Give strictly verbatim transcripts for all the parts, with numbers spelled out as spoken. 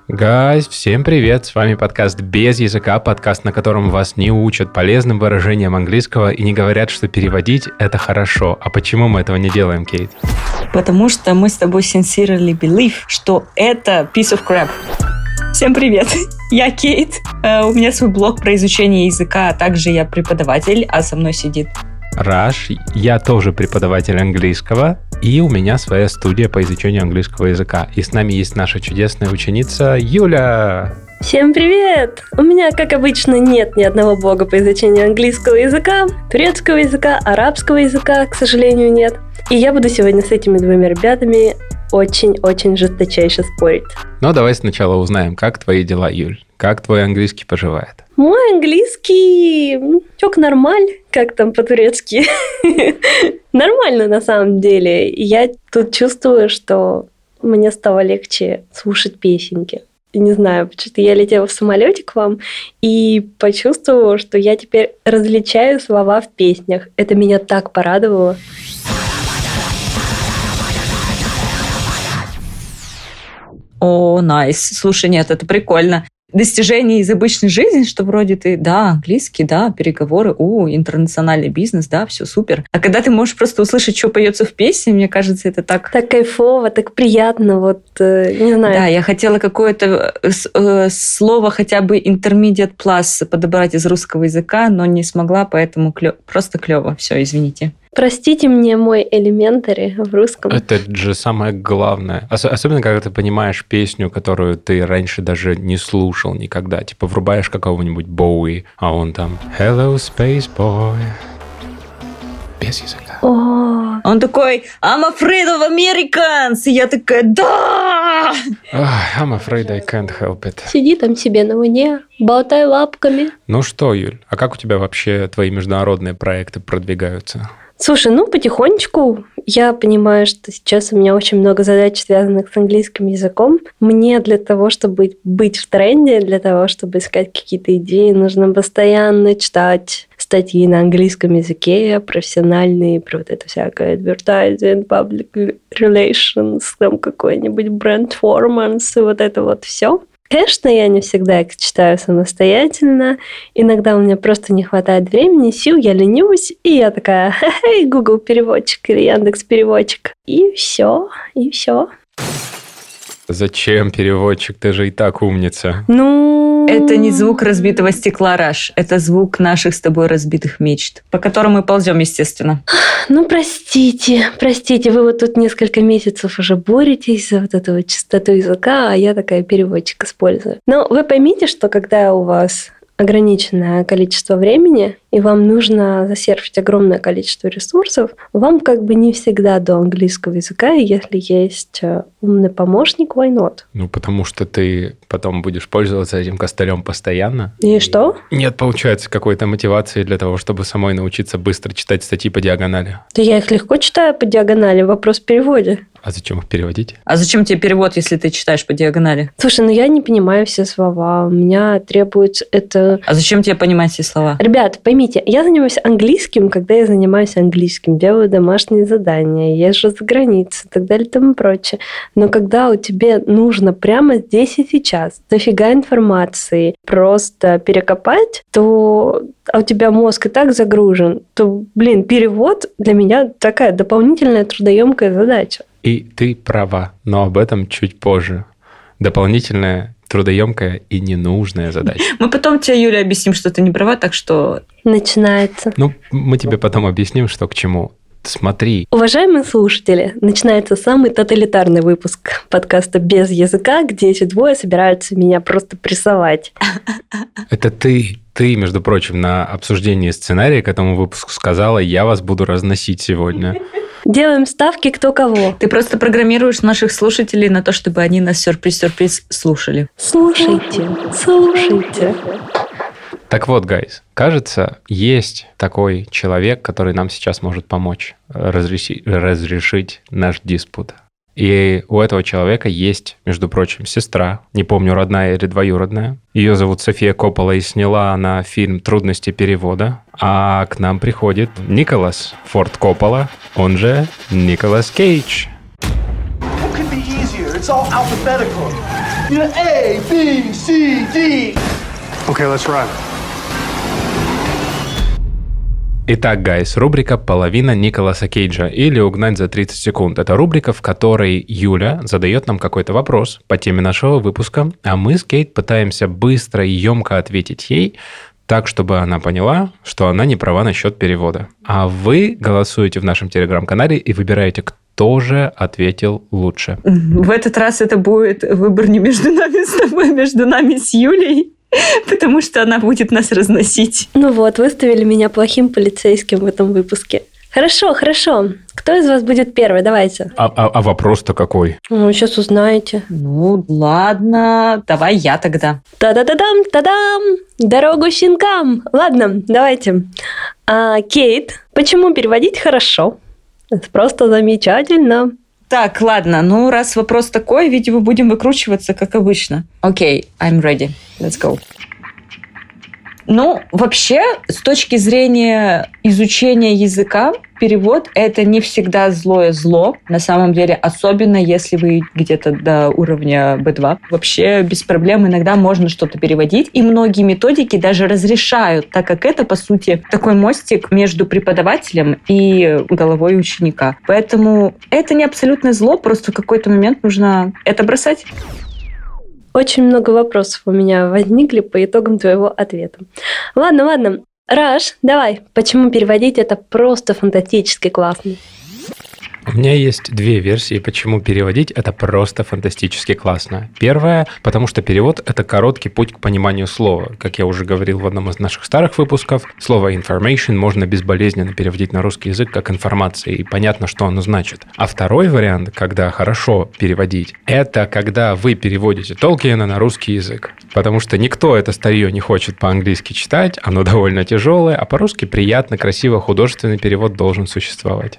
Гайз, всем привет! С вами подкаст «Без языка», подкаст, на котором вас не учат полезным выражениям английского и не говорят, что переводить — это хорошо. А почему мы этого не делаем, Кейт? Потому что мы с тобой sincerely believe, что это piece of crap. Всем привет! Я Кейт. У меня свой блог про изучение языка, а также я преподаватель, а со мной сидит Раш, я тоже преподаватель английского, и у меня своя студия по изучению английского языка. И с нами есть наша чудесная ученица Юля. Всем привет! У меня, как обычно, нет ни одного блога по изучению английского языка, турецкого языка, арабского языка, к сожалению, нет. И я буду сегодня с этими двумя ребятами очень-очень жесточайше спорить. Но давай сначала узнаем, как твои дела, Юль? Как твой английский поживает? Мой английский чок нормаль, как там по-турецки. Нормально на самом деле. Я тут чувствую, что мне стало легче слушать песенки. Не знаю, почему-то я летела в самолете к вам и почувствовала, что я теперь различаю слова в песнях. Это меня так порадовало. О, найс. Слушай, нет, это прикольно. Достижение из обычной жизни, что вроде ты, да, английский, да, переговоры, у, интернациональный бизнес, да, все супер. А когда ты можешь просто услышать, что поется в песне, мне кажется, это так... Так кайфово, так приятно, вот, э, не знаю. Да, я хотела какое-то э, слово хотя бы intermediate plus подобрать из русского языка, но не смогла, поэтому клё... просто клево. Все, извините. Простите мне мой элементари в русском. Это же самое главное. Ос- особенно, когда ты понимаешь песню, которую ты раньше даже не слушал никогда. Типа врубаешь какого-нибудь Боуи, а он там «Hello, space boy». Без языка. О, Он такой «I'm afraid of Americans!» И я такая «Да!» Ах, I'm afraid I can't help it. сиди там себе на луне, болтай лапками. Ну что, Юль, а как у тебя вообще твои международные проекты продвигаются? Слушай, ну, потихонечку. Я понимаю, что сейчас у меня очень много задач, связанных с английским языком. Мне для того, чтобы быть в тренде, для того, чтобы искать какие-то идеи, нужно постоянно читать статьи на английском языке, профессиональные, про вот это всякое advertising, public relations, там какой-нибудь brand performance, и вот это вот все. Конечно, я не всегда их читаю самостоятельно. Иногда у меня просто не хватает времени, сил, я ленюсь, и я такая, хе-хей, Google переводчик или Яндекс переводчик. И все, и все. Зачем переводчик? Ты же и так умница. Ну... Это не звук разбитого стекла, Раш. Это звук наших с тобой разбитых мечт, по которым мы ползем, естественно. Ну, простите, простите, вы вот тут несколько месяцев уже боретесь за вот эту вот чистоту языка, а я такая переводчик использую. Но вы поймите, что когда у вас ограниченное количество времени, и вам нужно засерфить огромное количество ресурсов, вам как бы не всегда до английского языка, и если есть умный помощник, why not? Ну, потому что ты потом будешь пользоваться этим костылем постоянно. И что? Нет, получается, какой-то мотивации для того, чтобы самой научиться быстро читать статьи по диагонали. Да я их легко читаю по диагонали, вопрос в переводе. А зачем их переводить? А зачем тебе перевод, если ты читаешь по диагонали? Слушай, ну я не понимаю все слова, у меня требуется это... А зачем тебе понимать все слова? Ребят, поймите, я занимаюсь английским, когда я занимаюсь английским, делаю домашние задания, езжу за границу и так далее и тому прочее. Но когда у тебя нужно прямо здесь и сейчас дофига информации просто перекопать, то а у тебя мозг и так загружен, то, блин, перевод для меня такая дополнительная трудоемкая задача. И ты права, но об этом чуть позже. Дополнительная, трудоемкая и ненужная задача. Мы потом тебе, Юля, объясним, что ты не права, так что... Начинается. Ну, мы тебе потом объясним, что к чему. Смотри. Уважаемые слушатели, начинается самый тоталитарный выпуск подкаста «Без языка», где эти двое собираются меня просто прессовать. Это ты, ты, между прочим, на обсуждении сценария к этому выпуску сказала, я вас буду разносить сегодня. Делаем ставки кто кого. Ты просто программируешь наших слушателей на то, чтобы они нас сюрприз-сюрприз слушали. Слушайте, слушайте. Так вот, гайз, кажется, есть такой человек, который нам сейчас может помочь разреши- разрешить наш диспут. И у этого человека есть, между прочим, сестра, не помню, родная или двоюродная. Ее зовут София Коппола, и сняла она фильм «Трудности перевода». А к нам приходит Николас Форд Коппола, он же Николас Кейдж. It's all alphabetical. You know, A, B, C, D. Okay, let's run. Итак, гайс, рубрика «Половина Николаса Кейджа» или «Угнать за тридцать секунд». Это рубрика, в которой Юля задает нам какой-то вопрос по теме нашего выпуска, а мы с Кейт пытаемся быстро и емко ответить ей, так, чтобы она поняла, что она не права насчет перевода. А вы голосуете в нашем телеграм-канале и выбираете, кто же ответил лучше. В этот раз это будет выбор не между нами с тобой, а между нами с Юлей. Потому что она будет нас разносить. Ну вот, выставили меня плохим полицейским в этом выпуске. Хорошо, хорошо. Кто из вас будет первый? Давайте. А, а, а вопрос-то какой? Ну, сейчас узнаете. Ну, ладно, давай я тогда. Та-да-да-дам, та-дам! Дорогу щенкам! Ладно, давайте. А, Кейт, почему переводить хорошо? Это просто замечательно. Так, ладно, ну раз вопрос такой, видимо, будем выкручиваться, как обычно. Окей, okay, I'm ready. Let's go. Ну, вообще, с точки зрения изучения языка, перевод – это не всегда злое зло. На самом деле, особенно если вы где-то до уровня би два. Вообще, без проблем иногда можно что-то переводить. И многие методики даже разрешают, так как это, по сути, такой мостик между преподавателем и головой ученика. Поэтому это не абсолютное зло, просто в какой-то момент нужно это бросать. Очень много вопросов у меня возникли по итогам твоего ответа. Ладно, ладно. Раш, давай. Почему переводить это просто фантастически классно? У меня есть две версии, почему переводить это просто фантастически классно. Первая, потому что перевод – это короткий путь к пониманию слова. Как я уже говорил в одном из наших старых выпусков, слово information можно безболезненно переводить на русский язык как информация, и понятно, что оно значит. А второй вариант, когда хорошо переводить, это когда вы переводите Толкиена на русский язык. Потому что никто это старье не хочет по-английски читать, оно довольно тяжелое, а по-русски приятно, красиво, художественный перевод должен существовать.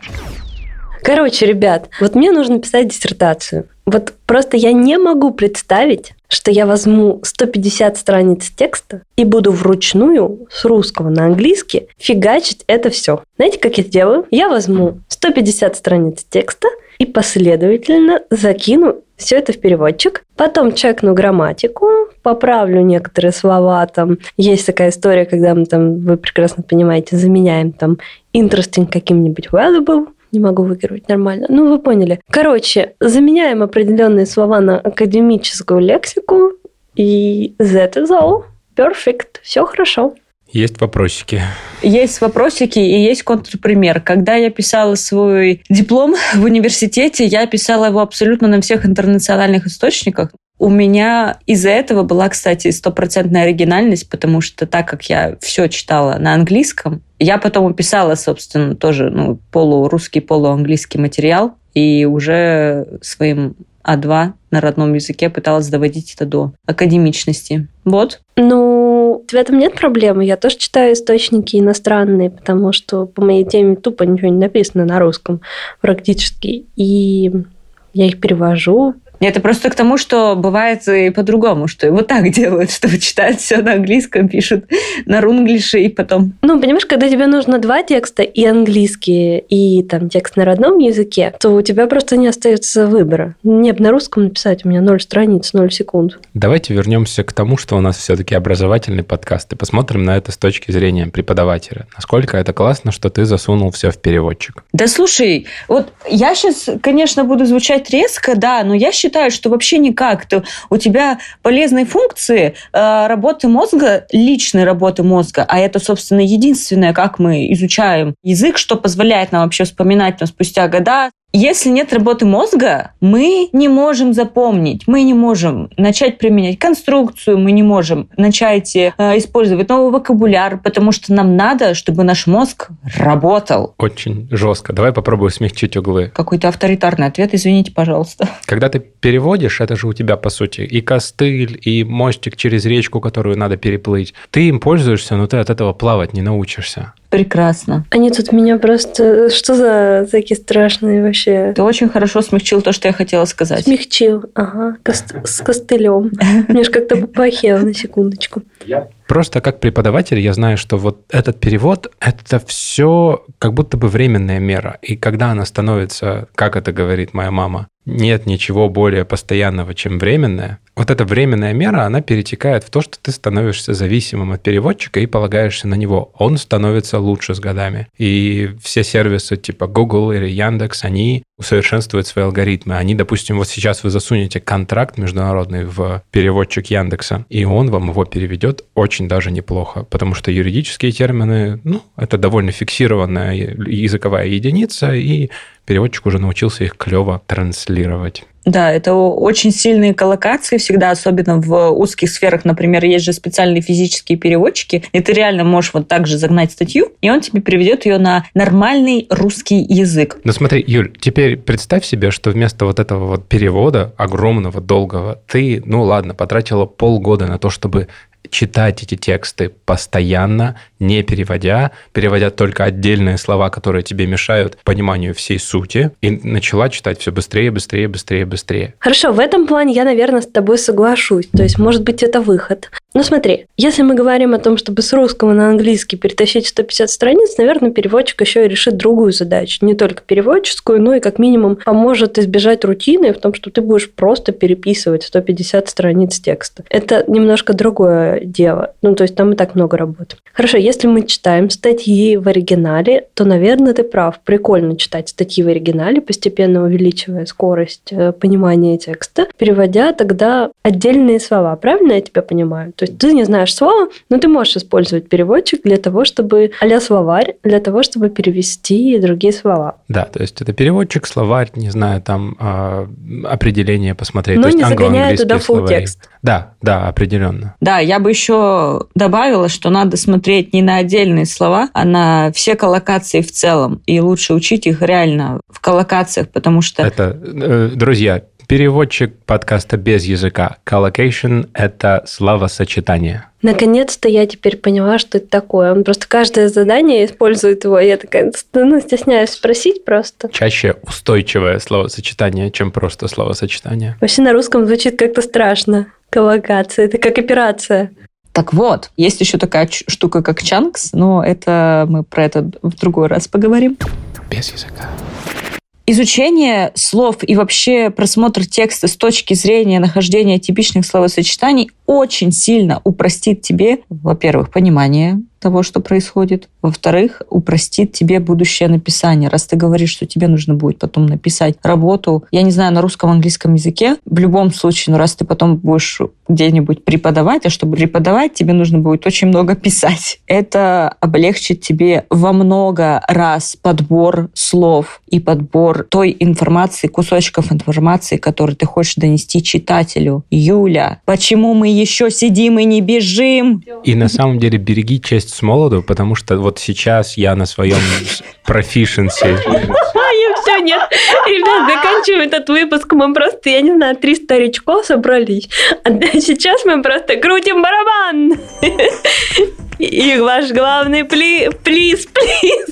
Короче, ребят, вот мне нужно писать диссертацию. Вот просто я не могу представить, что я возьму сто пятьдесят страниц текста и буду вручную с русского на английский фигачить это все. Знаете, как я сделаю? Я возьму сто пятьдесят страниц текста и последовательно закину все это в переводчик, потом чекну грамматику, поправлю некоторые слова. Там есть такая история, когда мы там, вы прекрасно понимаете, заменяем там interesting каким-нибудь valuable. Не могу выигрывать нормально. Ну, вы поняли. Короче, заменяем определенные слова на академическую лексику, и that is all. Perfect. Все хорошо. Есть вопросики. Есть вопросики и есть контрпример. Когда я писала свой диплом в университете, я писала его абсолютно на всех интернациональных источниках. У меня из-за этого была, кстати, стопроцентная оригинальность, потому что так как я все читала на английском, я потом писала, собственно, тоже ну, полурусский, полуанглийский материал, и уже своим а два на родном языке пыталась доводить это до академичности. Вот. Ну, в этом нет проблемы. Я тоже читаю источники иностранные, потому что по моей теме тупо ничего не написано на русском практически. И я их перевожу. Это просто к тому, что бывает и по-другому, что и вот так делают, что читают все на английском, пишут на рунглише и потом... Ну, понимаешь, когда тебе нужно два текста, и английский, и там текст на родном языке, то у тебя просто не остается выбора. Мне бы на русском написать, у меня ноль страниц, ноль секунд. Давайте вернемся к тому, что у нас все-таки образовательный подкаст, и посмотрим на это с точки зрения преподавателя. Насколько это классно, что ты засунул все в переводчик. Да слушай, вот я сейчас, конечно, буду звучать резко, да, но я считаю, считаю, что вообще никак. То у тебя полезные функции э, работы мозга, личной работы мозга, а это, собственно, единственное, как мы изучаем язык, что позволяет нам вообще вспоминать там, спустя года. Если нет работы мозга, мы не можем запомнить, мы не можем начать применять конструкцию, мы не можем начать э, использовать новый вокабуляр, потому что нам надо, чтобы наш мозг работал. Очень жестко. Давай попробую смягчить углы. Какой-то авторитарный ответ, извините, пожалуйста. Когда ты переводишь, это же у тебя, по сути, и костыль, и мостик через речку, которую надо переплыть. Ты им пользуешься, но ты от этого плавать не научишься. Прекрасно. Они тут меня просто... Что за такие страшные вообще? Ты очень хорошо смягчил то, что я хотела сказать. Смягчил, ага. Кост... С костылем. Мне же как-то попахило на секундочку. Просто как преподаватель я знаю, что вот этот перевод – это все как будто бы временная мера. И когда она становится, как это говорит моя мама, нет ничего более постоянного, чем временное, вот эта временная мера, она перетекает в то, что ты становишься зависимым от переводчика и полагаешься на него. Он становится лучше с годами. И все сервисы типа Google или Яндекс, они усовершенствуют свои алгоритмы. Они, допустим, вот сейчас вы засунете контракт международный в переводчик Яндекса, и он вам его переведет очень даже неплохо, потому что юридические термины, ну, это довольно фиксированная языковая единица, и переводчик уже научился их клево транслировать. Да, это очень сильные коллокации всегда, особенно в узких сферах. Например, есть же специальные физические переводчики, и ты реально можешь вот так же загнать статью, и он тебе переведет ее на нормальный русский язык. Ну смотри, Юль, теперь представь себе, что вместо вот этого вот перевода огромного, долгого, ты, ну ладно, потратила полгода на то, чтобы читать эти тексты постоянно, не переводя, переводя только отдельные слова, которые тебе мешают пониманию всей сути, и начала читать все быстрее, быстрее, быстрее, быстрее. Хорошо, в этом плане я, наверное, с тобой соглашусь. То есть, может быть, это выход. Но смотри, если мы говорим о том, чтобы с русского на английский перетащить сто пятьдесят страниц, наверное, переводчик еще и решит другую задачу. Не только переводческую, но и как минимум поможет избежать рутины в том, что ты будешь просто переписывать сто пятьдесят страниц текста. Это немножко другое дело. Ну, то есть там и так много работы. Хорошо, если мы читаем статьи в оригинале, то, наверное, ты прав. Прикольно читать статьи в оригинале, постепенно увеличивая скорость понимания текста, переводя тогда отдельные слова. Правильно я тебя понимаю? То есть ты не знаешь слова, но ты можешь использовать переводчик для того, чтобы а-ля словарь, для того, чтобы перевести другие слова. Да, то есть это переводчик, словарь, не знаю, там э, определение посмотреть. Но то есть не загоняя туда full словари. текст. Да, да, определенно. Да, я бы еще добавила, что надо смотреть не на отдельные слова, а на все коллокации в целом. И лучше учить их реально в коллокациях, потому что... Это, э, друзья, переводчик подкаста без языка. Collocation – это словосочетание. Наконец-то я теперь поняла, что это такое. Он просто каждое задание использует его. Я такая, ну, стесняюсь спросить просто. Чаще устойчивое словосочетание, чем просто словосочетание. Вообще на русском звучит как-то страшно. Коллокация. Это как операция. Так вот, есть еще такая штука, как чанкс, но это мы про это в другой раз поговорим. Без языка. Изучение слов и вообще просмотр текста с точки зрения нахождения типичных словосочетаний очень сильно упростит тебе, во-первых, понимание того, что происходит. Во-вторых, упростит тебе будущее написание. Раз ты говоришь, что тебе нужно будет потом написать работу, я не знаю, на русском, английском языке, в любом случае, но раз ты потом будешь где-нибудь преподавать, а чтобы преподавать, тебе нужно будет очень много писать. Это облегчит тебе во много раз подбор слов и подбор той информации, кусочков информации, которые ты хочешь донести читателю. Юля, почему мы еще сидим и не бежим? И на самом деле береги честь с молоду, потому что вот сейчас я на своем proficiency. А, все, нет. Ребят, заканчиваем этот выпуск. Мы просто, я не знаю, три старичков собрались. А сейчас мы просто крутим барабан. И ваш главный пли... плиз, плиз.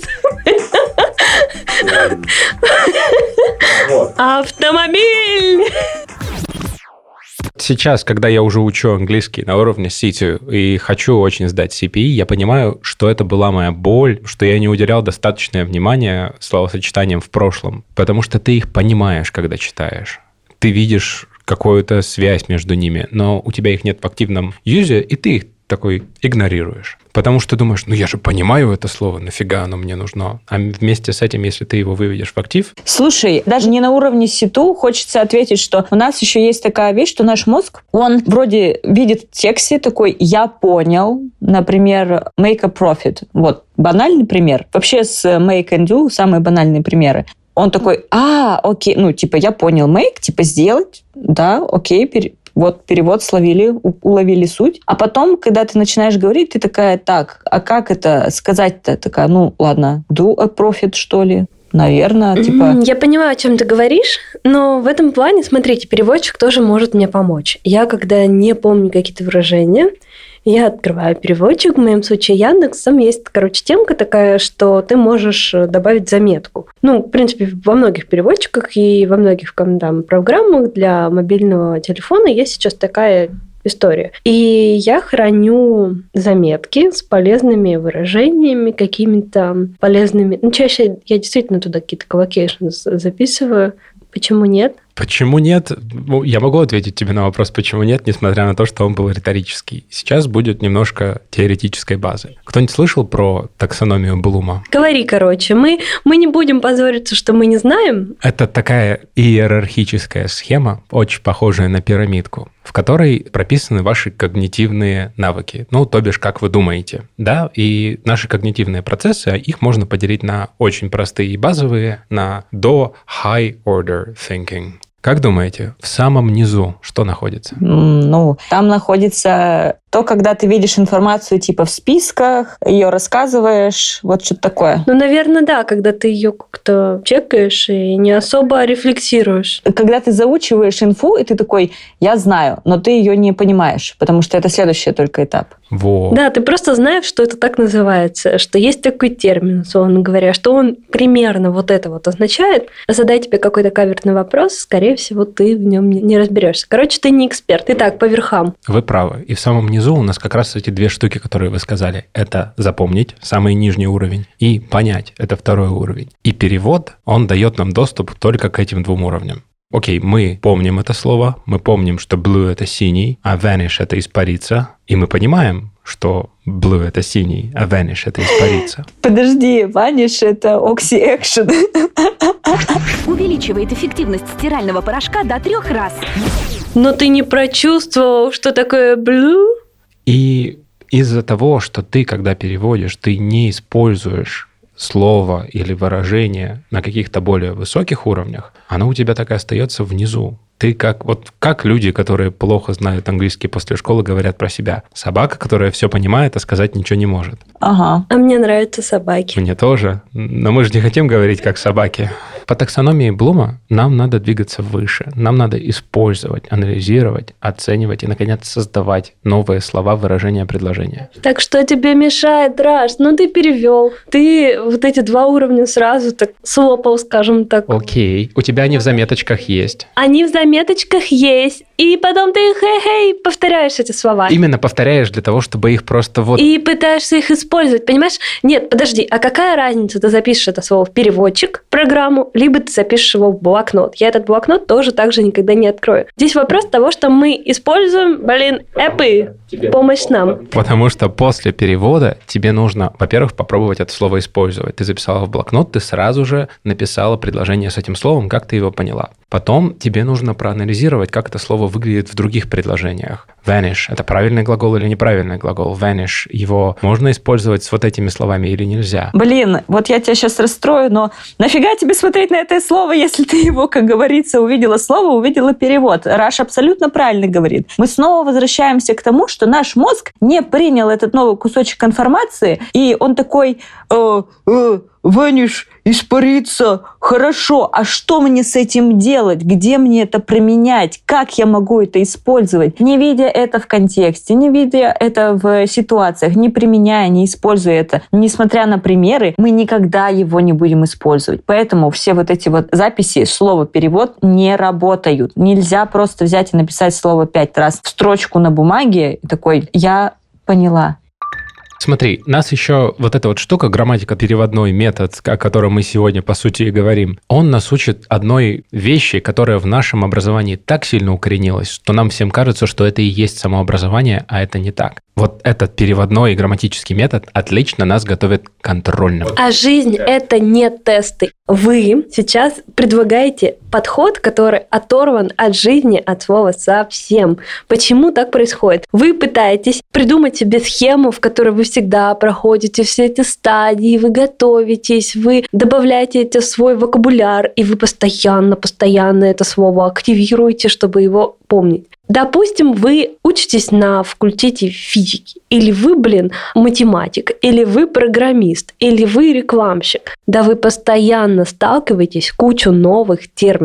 Автомобиль. Сейчас, когда я уже учу английский на уровне си два и хочу очень сдать си пи и, я понимаю, что это была моя боль, что я не уделял достаточное внимание словосочетаниям в прошлом, потому что ты их понимаешь, когда читаешь. Ты видишь какую-то связь между ними, но у тебя их нет в активном юзе, и ты их такой игнорируешь. Потому что думаешь, ну я же понимаю это слово, нафига оно мне нужно? А вместе с этим, если ты его выведешь в актив... Слушай, даже не на уровне си два хочется ответить, что у нас еще есть такая вещь, что наш мозг, он вроде видит в тексте такой «я понял», например, «make a profit». Вот, банальный пример. Вообще с «make and do» самые банальные примеры. Он такой «а, окей», ну, типа «я понял, make», типа «сделать», да, окей, пере... Вот перевод словили, уловили суть. А потом, когда ты начинаешь говорить, ты такая, так, а как это сказать-то? Такая, ну, ладно, do a profit, что ли? Наверное, типа... Я понимаю, о чем ты говоришь, но в этом плане, смотрите, переводчик тоже может мне помочь. Я, когда не помню какие-то выражения, я открываю переводчик, в моем случае Яндекс, там есть, короче, темка такая, что ты можешь добавить заметку. Ну, в принципе, во многих переводчиках и во многих там, программах для мобильного телефона есть сейчас такая историю. И я храню заметки с полезными выражениями, какими-то полезными... Ну, чаще я действительно туда какие-то collocations записываю. Почему нет? Почему нет? Ну, я могу ответить тебе на вопрос, почему нет, несмотря на то, что он был риторический. Сейчас будет немножко теоретической базы. Кто-нибудь слышал про таксономию Блума? Говори, короче. Мы, мы не будем позориться, что мы не знаем. Это такая иерархическая схема, очень похожая на пирамидку, в которой прописаны ваши когнитивные навыки. Ну, то бишь, как вы думаете. Да, и наши когнитивные процессы, их можно поделить на очень простые и базовые, на до high order thinking. Как думаете, в самом низу что находится? Ну, там находится то, когда ты видишь информацию типа в списках, ее рассказываешь, вот что-то такое. Ну, наверное, да, когда ты ее как-то чекаешь и не особо рефлексируешь. Когда ты заучиваешь инфу, и ты такой, я знаю, но ты ее не понимаешь, потому что это следующий только этап. Во. Да, ты просто знаешь, что это так называется, что есть такой термин, условно говоря, что он примерно вот это вот означает. Задай тебе какой-то каверный вопрос, скорее всего, ты в нем не разберешься. Короче, ты не эксперт. Итак, по верхам. Вы правы. И в самом низу у нас как раз эти две штуки, которые вы сказали. Это запомнить, самый нижний уровень, и понять, это второй уровень. И перевод, он дает нам доступ только к этим двум уровням. Окей, мы помним это слово, мы помним, что blue – это синий, а vanish – это испариться, и мы понимаем, что blue – это синий, а vanish – это испариться. Подожди, vanish – это oxy-action. Увеличивает эффективность стирального порошка до трех раз. Но ты не прочувствовал, что такое blue? И из-за того, что ты, когда переводишь, ты не используешь слово или выражение на каких-то более высоких уровнях, оно у тебя так и остается внизу. Ты как, вот как люди, которые плохо знают английский после школы, говорят про себя. Собака, которая все понимает, а сказать ничего не может. Ага. А мне нравятся собаки. Мне тоже. Но мы же не хотим говорить как собаки. По таксономии Блума нам надо двигаться выше. Нам надо использовать, анализировать, оценивать и, наконец, создавать новые слова, выражения, предложения. Так что тебе мешает, Раш? Ну, ты перевел. Ты вот эти два уровня сразу так слопал, скажем так. Окей. У тебя они в заметочках есть. Они в заметочках есть. И потом ты хей-хей повторяешь эти слова. Именно повторяешь для того, чтобы их просто вот... И пытаешься их использовать, понимаешь? Нет, подожди, а какая разница, ты запишешь это слово в переводчик, программу, либо ты запишешь его в блокнот. Я этот блокнот тоже так же никогда не открою. Здесь вопрос того, что мы используем, блин, эпы. Помощь нам. Потому что после перевода тебе нужно, во-первых, попробовать это слово использовать. Ты записала в блокнот, ты сразу же написала предложение с этим словом, как ты его поняла. Потом тебе нужно проанализировать, как это слово выглядит в других предложениях. Vanish – это правильный глагол или неправильный глагол? Vanish – его можно использовать с вот этими словами или нельзя? Блин, вот я тебя сейчас расстрою, но нафига тебе смотреть на это слово, если ты его, как говорится, увидела слово, увидела перевод? Раш абсолютно правильно говорит. Мы снова возвращаемся к тому, что наш мозг не принял этот новый кусочек информации, и он такой... Э, э, Vanish, испариться, хорошо, а что мне с этим делать? Где мне это применять? Как я могу это использовать? Не видя это в контексте, не видя это в ситуациях, не применяя, не используя это, несмотря на примеры, мы никогда его не будем использовать. Поэтому все вот эти вот записи, слово «перевод» не работают. Нельзя просто взять и написать слово пять раз в строчку на бумаге и такой «я поняла». Смотри, нас еще вот эта вот штука, грамматика, переводной метод, о котором мы сегодня, по сути, и говорим, он нас учит одной вещи, которая в нашем образовании так сильно укоренилась, что нам всем кажется, что это и есть самообразование, а это не так. Вот этот переводной и грамматический метод отлично нас готовит к контрольным. А жизнь – это не тесты. Вы сейчас предлагаете подход, который оторван от жизни, от слова совсем. Почему так происходит? Вы пытаетесь придумать себе схему, в которой вы всегда проходите все эти стадии, вы готовитесь, вы добавляете это в свой вокабуляр, и вы постоянно, постоянно это слово активируете, чтобы его помнить. Допустим, вы учитесь на факультете физики, или вы, блин, математик, или вы программист, или вы рекламщик. Да вы постоянно сталкиваетесь с кучей новых терминов.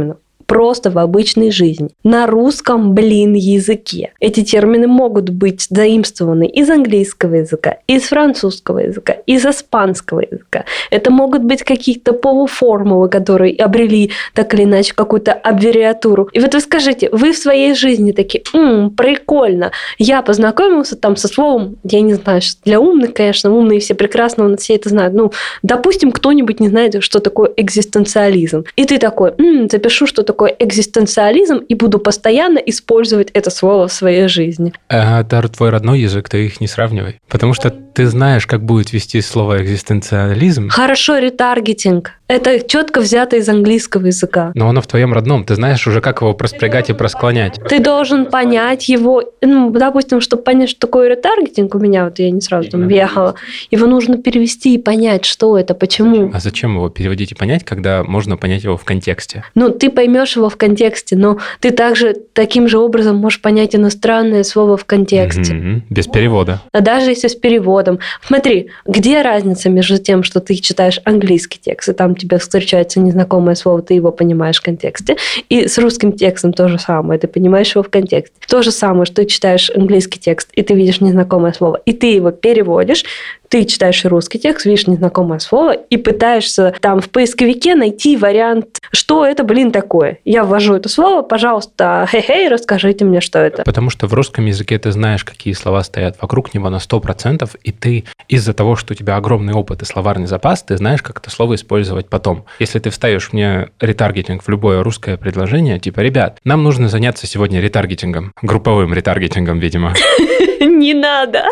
просто в обычной жизни. На русском, блин, языке. Эти термины могут быть заимствованы из английского языка, из французского языка, из испанского языка. Это могут быть какие-то полуформулы, которые обрели так или иначе какую-то аббревиатуру. И вот вы скажите, вы в своей жизни такие, м-м, прикольно, я познакомился там со словом, я не знаю, для умных, конечно, умные все прекрасно, у нас все это знают. Ну, допустим, кто-нибудь не знает, что такое экзистенциализм. И ты такой, м-м, запишу, что такое экзистенциализм, и буду постоянно использовать это слово в своей жизни. А это твой родной язык, ты их не сравнивай. Потому что ты знаешь, как будет вести слово экзистенциализм. Хорошо, ретаргетинг. Это четко взято из английского языка. Но оно в твоем родном. Ты знаешь уже, как его проспрягать и просклонять. Ты должен понять его. Ну, допустим, чтобы понять, что такое ретаргетинг, у меня вот я не сразу там въехала, его нужно перевести и понять, что это, почему. А зачем его переводить и понять, когда можно понять его в контексте? Ну, ты поймешь его в контексте, но ты также таким же образом можешь понять иностранное слово в контексте. Mm-hmm. Без перевода. А даже если с переводом. Смотри, где разница между тем, что ты читаешь английский текст, и там тебе встречается незнакомое слово, ты его понимаешь в контексте, и с русским текстом то же самое, ты понимаешь его в контексте. То же самое, что ты читаешь английский текст, и ты видишь незнакомое слово, и ты его переводишь, ты читаешь русский текст, видишь незнакомое слово и пытаешься там в поисковике найти вариант, что это, блин, такое. Я ввожу это слово, пожалуйста, хей-хей, расскажите мне, что это. Потому что в русском языке ты знаешь, какие слова стоят вокруг него на сто процентов, и ты из-за того, что у тебя огромный опыт и словарный запас, ты знаешь, как это слово использовать потом. Если ты вставишь мне ретаргетинг в любое русское предложение, типа, ребят, нам нужно заняться сегодня ретаргетингом, групповым ретаргетингом, видимо. Не надо.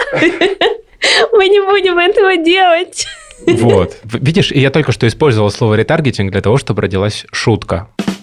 Мы не будем этого делать. Вот. Видишь, и я только что использовал слово ретаргетинг для того, чтобы родилась шутка.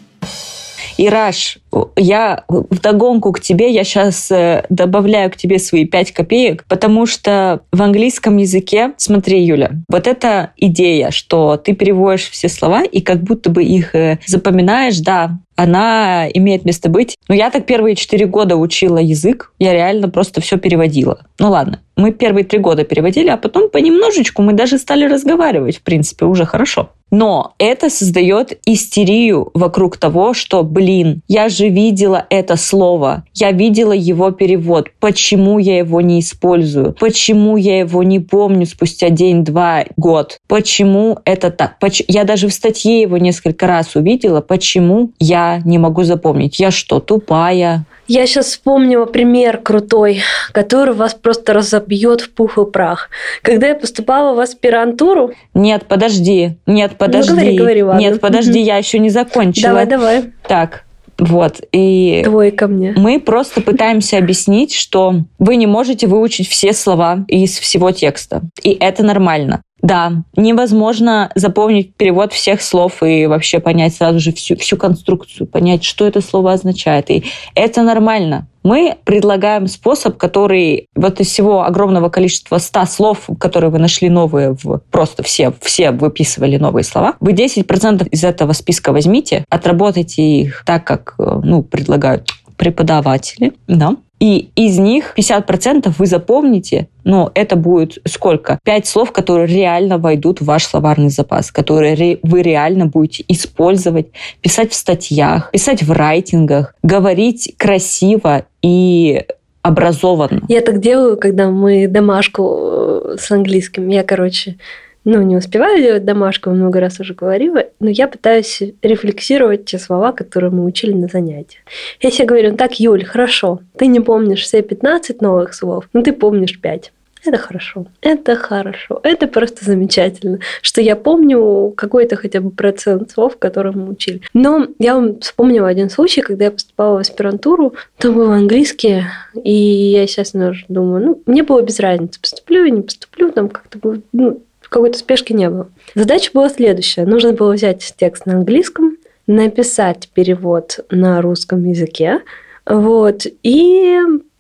Ираш, я вдогонку к тебе, я сейчас добавляю к тебе свои пять копеек, потому что в английском языке, смотри, Юля, вот эта идея, что ты переводишь все слова и как будто бы их запоминаешь, да, она имеет место быть. Но я так первые четыре года учила язык, я реально просто все переводила. Ну ладно, мы первые три года переводили, а потом понемножечку мы даже стали разговаривать, в принципе, уже хорошо. Но это создает истерию вокруг того, что, блин, я же видела это слово, я видела его перевод, почему я его не использую, почему я его не помню спустя день, два, год, почему это так. Я даже в статье его несколько раз увидела, почему я не могу запомнить. Я что, тупая? Я сейчас вспомнила пример крутой, который вас просто разобьет в пух и прах. Когда я поступала в аспирантуру... Нет, подожди. Нет, подожди. Ну, говори, говори, ладно. Нет, подожди, я еще не закончила. Давай, давай. Так, вот. И Твой ко мне. Мы просто пытаемся объяснить, что вы не можете выучить все слова из всего текста. И это нормально. Да, невозможно запомнить перевод всех слов и вообще понять сразу же всю, всю конструкцию, понять, что это слово означает. И это нормально. Мы предлагаем способ, который вот из всего огромного количества ста слов, которые вы нашли новые, в, просто все, все выписывали новые слова, вы десять процентов из этого списка возьмите, отработайте их так, как ну, предлагают преподаватели, да. И из них пятьдесят процентов вы запомните, но это будет сколько? Пять слов, которые реально войдут в ваш словарный запас, которые ре- вы реально будете использовать, писать в статьях, писать в райтингах, говорить красиво и образованно. Я так делаю, когда мы домашку с английским. Я, короче... Ну, не успеваю делать домашку, много раз уже говорила, но я пытаюсь рефлексировать те слова, которые мы учили на занятиях. Я себе говорю, ну так, Юль, хорошо, ты не помнишь все пятнадцать новых слов, но ты помнишь пять. Это хорошо, это хорошо, это просто замечательно, что я помню какой-то хотя бы процент слов, которые мы учили. Но я вам вспомнила один случай, когда я поступала в аспирантуру, то был английский, и я сейчас даже думаю, ну, мне было без разницы, поступлю я, не поступлю, там как-то было... Ну, какой-то спешки не было. Задача была следующая. Нужно было взять текст на английском, написать перевод на русском языке, вот, и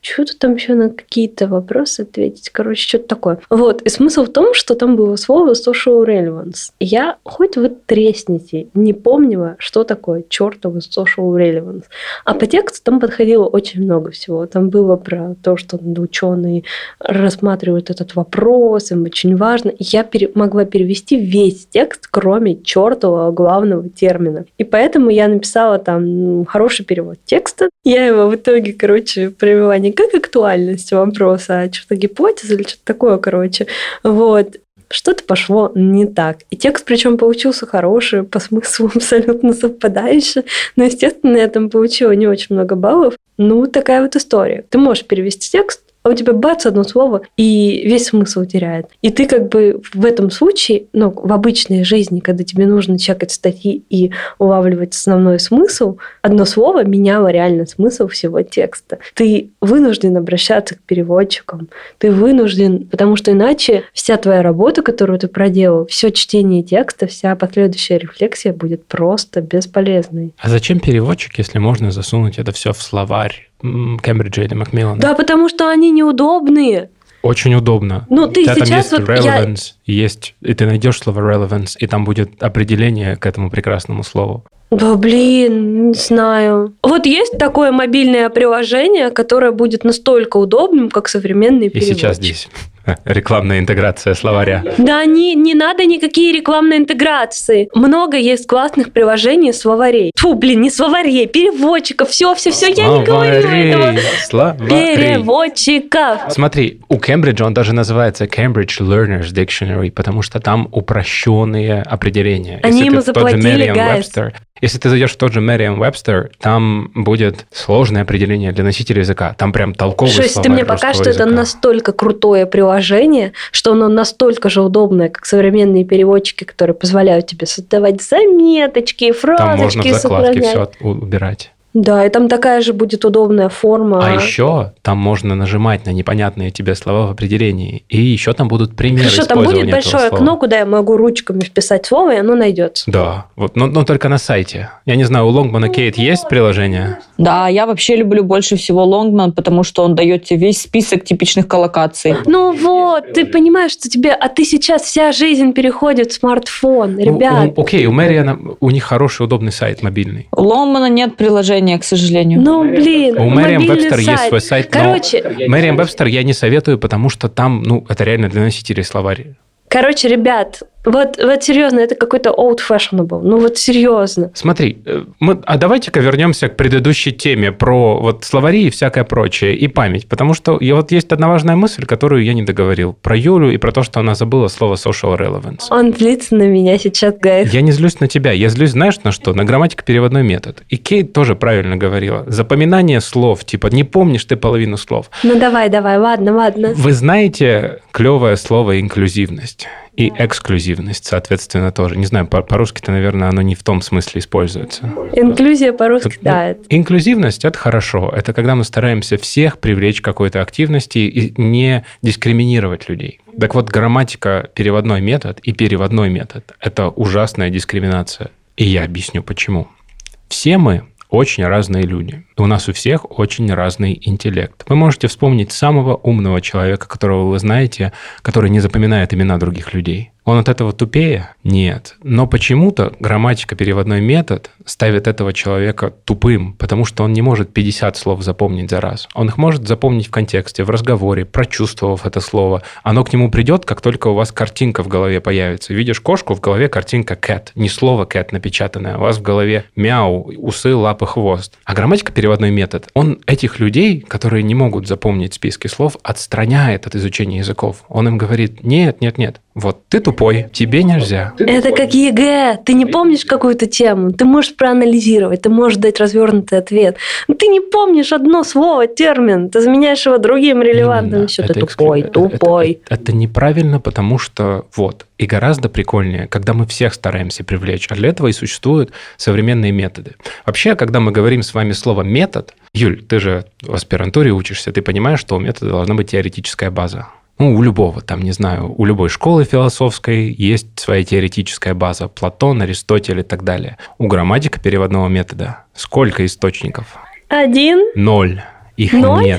что-то там еще на какие-то вопросы ответить. Короче, что-то такое. Вот. И смысл в том, что там было слово social relevance. Я, хоть вы тресните, не помнила, что такое чертово social relevance. А по тексту там подходило очень много всего. Там было про то, что ученые рассматривают этот вопрос, им очень важно. И я пере- могла перевести весь текст, кроме чертового главного термина. И поэтому я написала там хороший перевод текста. Я его в итоге, короче, привела не как актуальность вопроса, а что-то гипотеза или что-то такое, короче. Вот. Что-то пошло не так. И текст, причем, получился хороший, по смыслу абсолютно совпадающий. Но, естественно, я там получила не очень много баллов. Ну, такая вот история. Ты можешь перевести текст, а у тебя бац, одно слово, и весь смысл теряет. И ты как бы в этом случае, ну, в обычной жизни, когда тебе нужно чекать статьи и улавливать основной смысл, одно слово меняло реально смысл всего текста. Ты вынужден обращаться к переводчикам, ты вынужден, потому что иначе вся твоя работа, которую ты проделал, все чтение текста, вся последующая рефлексия будет просто бесполезной. А зачем переводчик, если можно засунуть это все в словарь Кембриджа или Макмиллана? Да, потому что они неудобные. Очень удобно. Ну, ты У тебя сейчас там есть вот relevance, я... есть, и ты найдешь слово relevance, и там будет определение к этому прекрасному слову. Да, блин, не знаю. Вот есть такое мобильное приложение, которое будет настолько удобным, как современный переводчик. И сейчас здесь рекламная интеграция словаря. Да, не, не надо никакие рекламные интеграции. Много есть классных приложений словарей. Фу, блин, не словарей, переводчиков. Все, все, все, я не говорю этого. Словарей. Переводчиков. Смотри, у Кембриджа он даже называется Cambridge Learners Dictionary, потому что там упрощенные определения. Они Если ему ты в тот же заплатили, гайс. Merriam-Webster, если ты зайдешь в тот же Merriam-Webster, там будет сложное определение для носителя языка. Там прям толковый словарь Что, если ты мне покажешь, что это настолько крутое приложение, что оно настолько же удобное, как современные переводчики, которые позволяют тебе создавать заметочки, фразочки, там можно в закладке сохранять. все убирать. Да, и там такая же будет удобная форма. А еще там можно нажимать на непонятные тебе слова в определении. И еще там будут примеры Хорошо, там использования будет большое этого слова. окно, куда я могу ручками вписать слово, и оно найдется. Да, вот, но, но только на сайте. Я не знаю, у Longman Кейт есть приложение? Да, я вообще люблю больше всего Longman, потому что он дает тебе весь список типичных коллокаций. Ну вот, ты понимаешь, что тебе... А ты сейчас вся жизнь переходит в смартфон, ребят. У, у, окей, у Merriam, у них хороший, удобный сайт мобильный. У Longman нет приложения, к сожалению. Ну, блин, у Merriam-Webster сайт. есть свой сайт, Короче, но Merriam-Webster я не советую, потому что там, ну, это реально для носителей словарь. Короче, ребят, вот, вот серьезно, это какой-то old-fashionable. Ну вот серьезно. Смотри, мы, а давайте-ка вернемся к предыдущей теме про вот словари и всякое прочее, и память. Потому что и вот есть одна важная мысль, которую я не договорил. Про Юлю и про то, что она забыла слово social relevance. Он злится на меня сейчас, гайс. Я не злюсь на тебя. Я злюсь, знаешь, на что? На грамматико-переводной метод. И Кейт тоже правильно говорила. Запоминание слов, типа, не помнишь ты половину слов. Ну давай, давай, ладно, ладно. Вы знаете клевое слово инклюзивность? И эксклюзивность, соответственно, тоже. Не знаю, по-русски-то, наверное, оно не в том смысле используется. Инклюзия по-русски, да. Ну, инклюзивность – это хорошо. Это когда мы стараемся всех привлечь к какой-то активности и не дискриминировать людей. Так вот, грамматика, переводной метод и переводной метод – это ужасная дискриминация. И я объясню, почему. Все мы очень разные люди. У нас у всех очень разный интеллект. Вы можете вспомнить самого умного человека, которого вы знаете, который не запоминает имена других людей. Он от этого тупее? Нет. Но почему-то грамматико-переводной метод ставит этого человека тупым, потому что он не может пятьдесят слов запомнить за раз. Он их может запомнить в контексте, в разговоре, прочувствовав это слово. Оно к нему придет, как только у вас картинка в голове появится. Видишь кошку, в голове картинка cat. Не слово cat напечатанное. У вас в голове мяу, усы, лапы, хвост. А грамматико-переводной метод, он этих людей, которые не могут запомнить списки слов, отстраняет от изучения языков. Он им говорит, нет, нет, нет. Вот ты тупой, тебе нельзя. Это как ЕГЭ. Ты не помнишь какую-то тему, ты можешь проанализировать, ты можешь дать развернутый ответ. Но ты не помнишь одно слово, термин, ты заменяешь его другим релевантным. Еще ты тупой, эксклю... тупой. Это, это, это неправильно, потому что вот. И гораздо прикольнее, когда мы всех стараемся привлечь. А для этого и существуют современные методы. Вообще, когда мы говорим с вами слово «метод», Юль, ты же в аспирантуре учишься, ты понимаешь, что у метода должна быть теоретическая база. Ну, у любого, там, не знаю, у любой школы философской есть своя теоретическая база. Платон, Аристотель и так далее. У грамматико-переводного метода сколько источников? Один. Ноль. Их Ноль? нет.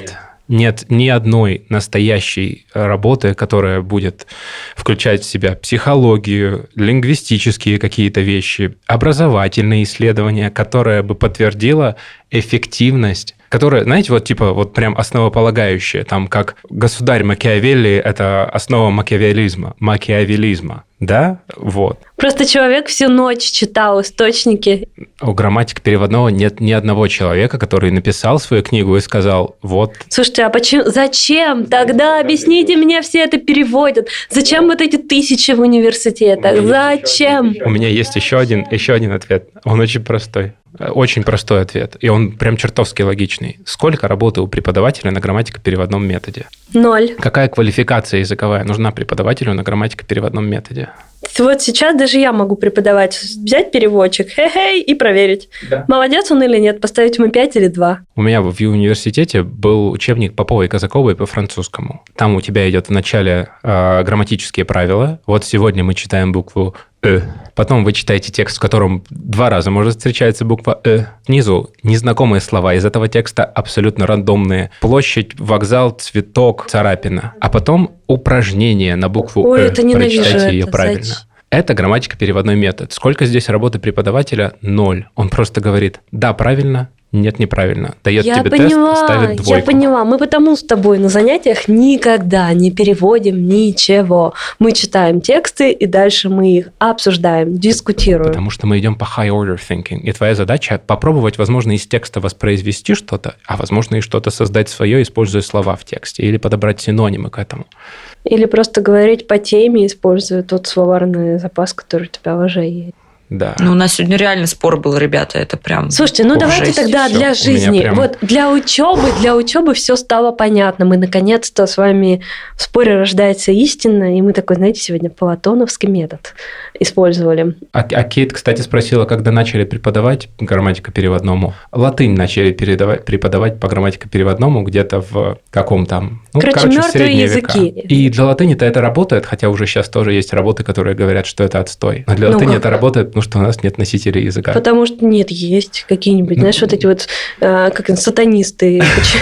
Нет ни одной настоящей работы, которая будет включать в себя психологию, лингвистические какие-то вещи, образовательные исследования, которая бы подтвердила эффективность, которая, знаете, вот типа вот прям основополагающая, там как государь Макиавелли – это основа макиавелизма, макиавелизма, да? Вот. Просто человек всю ночь читал источники. У грамматики переводного нет ни одного человека, который написал свою книгу и сказал, вот… Слушайте, а почему, зачем? Тогда объясните мне, все это переводят. Зачем вот эти тысячи в университетах? Зачем? У меня есть еще один, еще один ответ. Он очень простой. Очень простой ответ. И он прям чертовски логичный. Сколько работы у преподавателя на грамматико-переводном методе? Ноль. Какая квалификация языковая нужна преподавателю на грамматико-переводном методе? Вот сейчас даже я могу преподавать, взять переводчик, хе-хей, и проверить, да. Молодец он или нет, поставить ему пять или два. У меня в университете был учебник Попова и Казаковой по французскому. Там у тебя идет в начале э, грамматические правила. Вот сегодня мы читаем букву «э». Потом вы читаете текст, в котором два раза может встречаться буква «э». Внизу незнакомые слова из этого текста, абсолютно рандомные. Площадь, вокзал, цветок, царапина. А потом упражнение на букву Ой, «э». Это ненавижу Прочитайте ее это. правильно. Зачем? Это грамматико-переводной метод. Сколько здесь работы преподавателя? Ноль. Он просто говорит «да, правильно», «нет, неправильно». Дает Я тебе поняла, тест, ставит двойку. Я поняла. Мы потому с тобой на занятиях никогда не переводим ничего. Мы читаем тексты, и дальше мы их обсуждаем, дискутируем. Потому что мы идем по high-order thinking. И твоя задача попробовать, возможно, из текста воспроизвести что-то, а возможно, и что-то создать свое, используя слова в тексте, или подобрать синонимы к этому. Или просто говорить по теме, используя тот словарный запас, который у тебя уже есть. Да. Ну, у нас сегодня реально спор был, ребята, это прям... Слушайте, ну О, давайте жесть, тогда всё. для У жизни. меня прям- Вот для учебы, для учебы все стало понятно. Мы наконец-то с вами в споре рождается истина, и мы такой, знаете, сегодня платоновский метод использовали. А, а Кейт, кстати, спросила, когда начали преподавать грамматико-переводному. Латынь начали передавать, преподавать по грамматико-переводному где-то в каком там... Ну, Короче, короче, в мёртвые средние языки. века. И для латыни-то это работает, хотя уже сейчас тоже есть работы, которые говорят, что это отстой. Но для Ну, латыни как? это работает, потому что у нас нет носителей языка. Потому что нет, есть какие-нибудь, знаешь, вот эти вот, э, как они, сатанисты.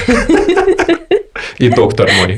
И доктор мой.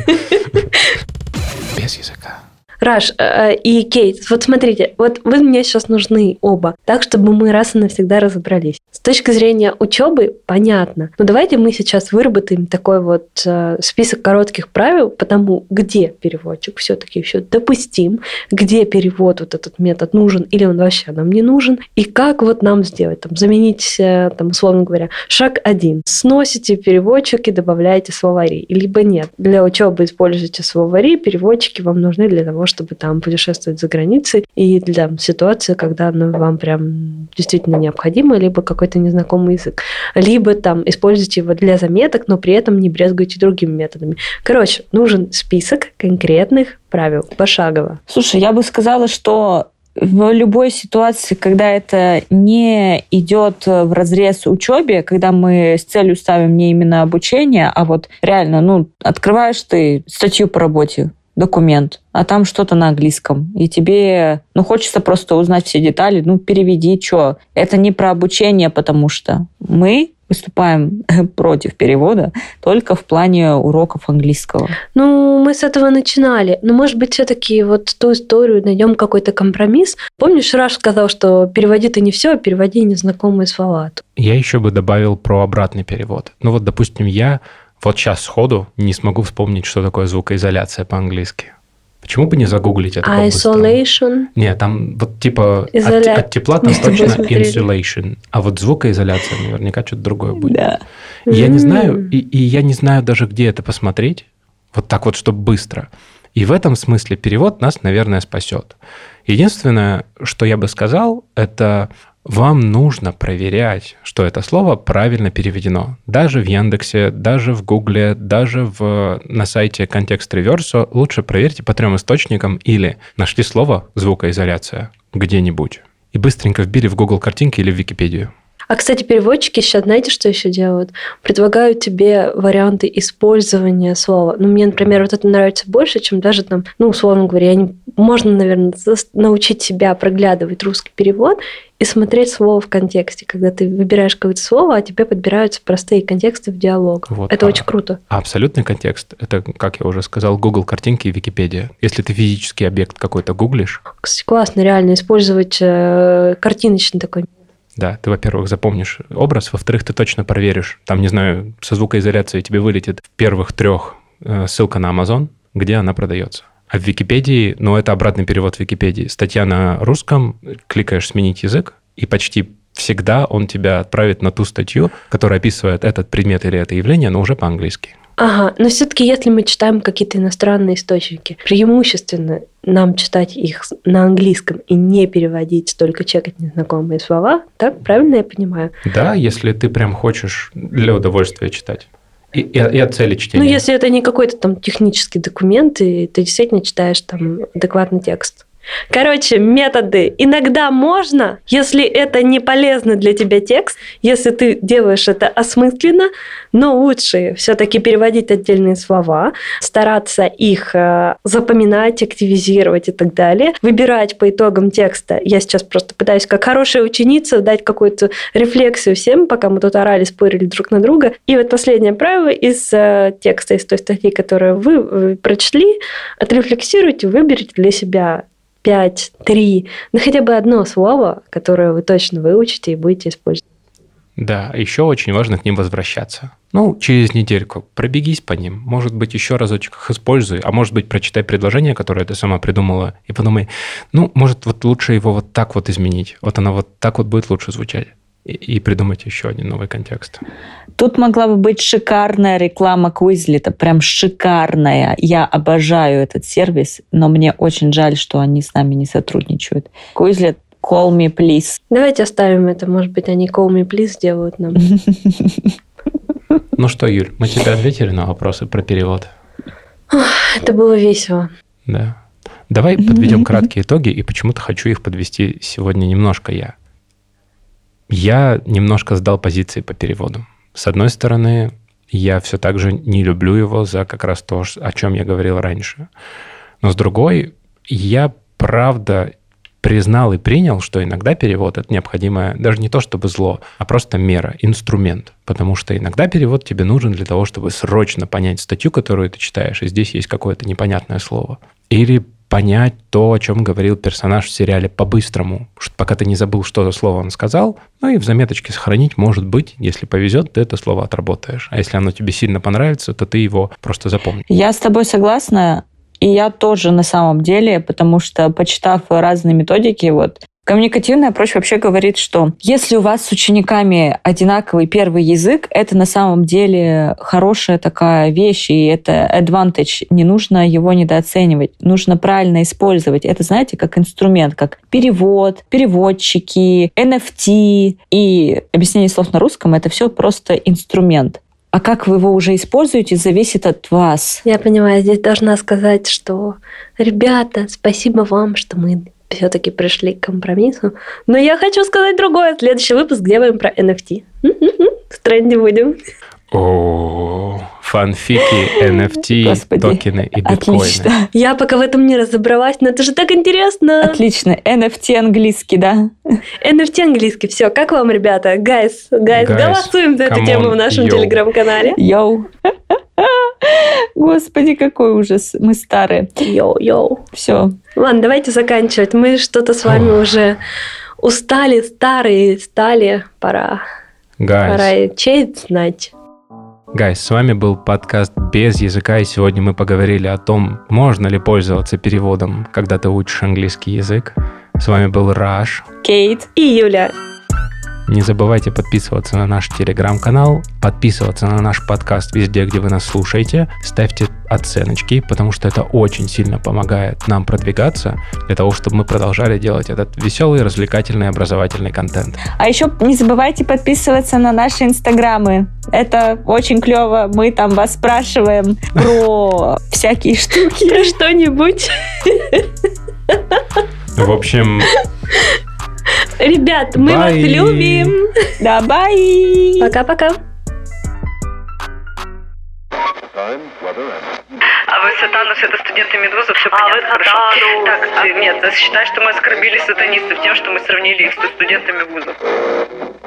Без языка. Раш э, и Кейт, вот смотрите, вот вы мне сейчас нужны оба, так, чтобы мы раз и навсегда разобрались. С точки зрения учебы понятно, но давайте мы сейчас выработаем такой вот э, список коротких правил по тому, где переводчик все-таки еще допустим, где перевод вот этот метод нужен или он вообще нам не нужен, и как вот нам сделать, там, заменить, э, там, условно говоря, шаг один. Сносите переводчик и добавляете словари, либо нет. Для учебы используйте словари, переводчики вам нужны для того, чтобы там путешествовать за границей, и для ситуации, когда ну, вам прям действительно необходимо, либо какой-то незнакомый язык. Либо там используйте его для заметок, но при этом не брезгуйте другими методами. Короче, нужен список конкретных правил, пошагово. Слушай, я бы сказала, что в любой ситуации, когда это не идет вразрез учебе, когда мы с целью ставим не именно обучение, а вот реально, ну, открываешь ты статью по работе, документ, а там что-то на английском, и тебе, ну, хочется просто узнать все детали, ну, переведи, что. Это не про обучение, потому что мы выступаем против перевода только в плане уроков английского. Ну, мы с этого начинали. Но, может быть, все-таки вот ту историю найдем какой-то компромисс. Помнишь, Раш сказал, что переводи ты не все, а переводи незнакомые слова. Я еще бы добавил про обратный перевод. Ну, вот, допустим, я вот сейчас сходу не смогу вспомнить, что такое звукоизоляция по-английски. Почему бы не загуглить это по-быстрому? Isolation? Нет, там вот типа Изоля... от, от тепла там Мы с тобой точно смотрели. insulation, а вот звукоизоляция наверняка что-то другое будет. Да. Я не М. знаю, и, и я не знаю даже, где это посмотреть, вот так вот, чтобы быстро. И в этом смысле перевод нас, наверное, спасет. Единственное, что я бы сказал, это вам нужно проверять, что это слово правильно переведено. Даже в Яндексе, даже в Гугле, даже в, на сайте Контекст Реверсо лучше проверьте по трем источникам или нашли слово «звукоизоляция» где-нибудь и быстренько вбили в Google картинки или в Википедию. А, кстати, переводчики сейчас, знаете, что еще делают? Предлагают тебе варианты использования слова. Ну, мне, например, вот это нравится больше, чем даже там, ну, условно говоря, я не... можно, наверное, научить себя проглядывать русский перевод и смотреть слово в контексте, когда ты выбираешь какое-то слово, а тебе подбираются простые контексты в диалог. Вот. Это а, очень круто. А абсолютный контекст – это, как я уже сказал, Google картинки и Википедия. Если ты физический объект какой-то гуглишь… Кстати, классно реально использовать э, картиночный такой. Да, ты, во-первых, запомнишь образ, во-вторых, ты точно проверишь. Там, не знаю, со звукоизоляцией тебе вылетит в первых трех э, ссылка на Amazon, где она продается. А в Википедии, ну, это обратный перевод в Википедии. Статья на русском, кликаешь «Сменить язык», и почти всегда он тебя отправит на ту статью, которая описывает этот предмет или это явление, но уже по-английски. Ага, но все-таки если мы читаем какие-то иностранные источники, преимущественно нам читать их на английском и не переводить, только чекать незнакомые слова, так? Правильно я понимаю? Да, если ты прям хочешь для удовольствия читать. И, и, и от цели чтения. Ну, если это не какой-то там технический документ, и ты действительно читаешь там адекватный текст. Короче, методы. Иногда можно, если это не полезный для тебя текст, если ты делаешь это осмысленно, но лучше все-таки переводить отдельные слова, стараться их запоминать, активизировать и так далее, выбирать по итогам текста. Я сейчас просто пытаюсь, как хорошая ученица, дать какую-то рефлексию всем, пока мы тут орали, спорили друг на друга. И вот последнее правило из текста, из той статьи, которую вы прочли, отрефлексируйте, выберите для себя пять, три, ну хотя бы одно слово, которое вы точно выучите и будете использовать. Да, еще очень важно к ним возвращаться. Ну, через недельку пробегись по ним, может быть, еще разочек их используй, а может быть, прочитай предложение, которое ты сама придумала, и подумай, ну, может, вот лучше его вот так вот изменить, вот оно вот так вот будет лучше звучать. И придумать еще один новый контекст. Тут могла бы быть шикарная реклама Quizlet, прям шикарная. Я обожаю этот сервис, но мне очень жаль, что они с нами не сотрудничают. Quizlet, call me, please. Давайте оставим это, может быть, они call me, please сделают нам. Ну что, Юль, мы тебе ответили на вопросы про перевод? Это было весело. Да. Давай подведем краткие итоги, и почему-то хочу их подвести сегодня немножко я. Я немножко сдал позиции по переводу. С одной стороны, я все так же не люблю его за как раз то, о чем я говорил раньше. Но с другой, я правда признал и принял, что иногда перевод – это необходимое, даже не то чтобы зло, а просто мера, инструмент. Потому что иногда перевод тебе нужен для того, чтобы срочно понять статью, которую ты читаешь, и здесь есть какое-то непонятное слово. Или понять то, о чем говорил персонаж в сериале по-быстрому, пока ты не забыл, что за слово он сказал, ну и в заметочке сохранить, может быть, если повезет, ты это слово отработаешь. А если оно тебе сильно понравится, то ты его просто запомнишь. Я с тобой согласна, и я тоже на самом деле, потому что, почитав разные методики, вот, коммуникативный approach вообще говорит, что если у вас с учениками одинаковый первый язык, это на самом деле хорошая такая вещь, и это advantage. Не нужно его недооценивать, нужно правильно использовать. Это, знаете, как инструмент, как перевод, переводчики, эн эф ти и объяснение слов на русском. Это все просто инструмент. А как вы его уже используете, зависит от вас. Я понимаю, здесь должна сказать, что, ребята, спасибо вам, что мы все-таки пришли к компромиссу. Но я хочу сказать другое. Следующий выпуск делаем про эн эф ти. В тренде будем. О, фанфики, эн эф ти, Господи, токены и биткоины. Отлично. Я пока в этом не разобралась, но это же так интересно. Отлично. эн эф ти английский, да? эн эф ти английский. Все, как вам, ребята? Гайс, гайс, голосуем за эту on, тему в нашем йоу. телеграм-канале. Йоу. Господи, какой ужас. Мы старые. Йоу-йоу. Все. Ладно, давайте заканчивать. Мы что-то с вами уже устали, старые, стали. Пора. Guys. Пора честь знать. Гайс, с вами был подкаст «Без языка», и сегодня мы поговорили о том, можно ли пользоваться переводом, когда ты учишь английский язык. С вами был Раш, Кейт и Юля. Не забывайте подписываться на наш телеграм-канал, подписываться на наш подкаст везде, где вы нас слушаете, ставьте оценочки, потому что это очень сильно помогает нам продвигаться, для того, чтобы мы продолжали делать этот веселый, развлекательный, образовательный контент. А еще не забывайте подписываться на наши инстаграмы. Это очень клево. Мы там вас спрашиваем про всякие штуки. Про что-нибудь. В общем... Ребят, мы Bye. вас любим. Да, бай! Пока-пока. А вы сатанус, это студенты Медузы, все понятно, а хорошо. Так, нет, считай, что мы оскорбили сатанистов тем, что мы сравнили их со студентами вузов.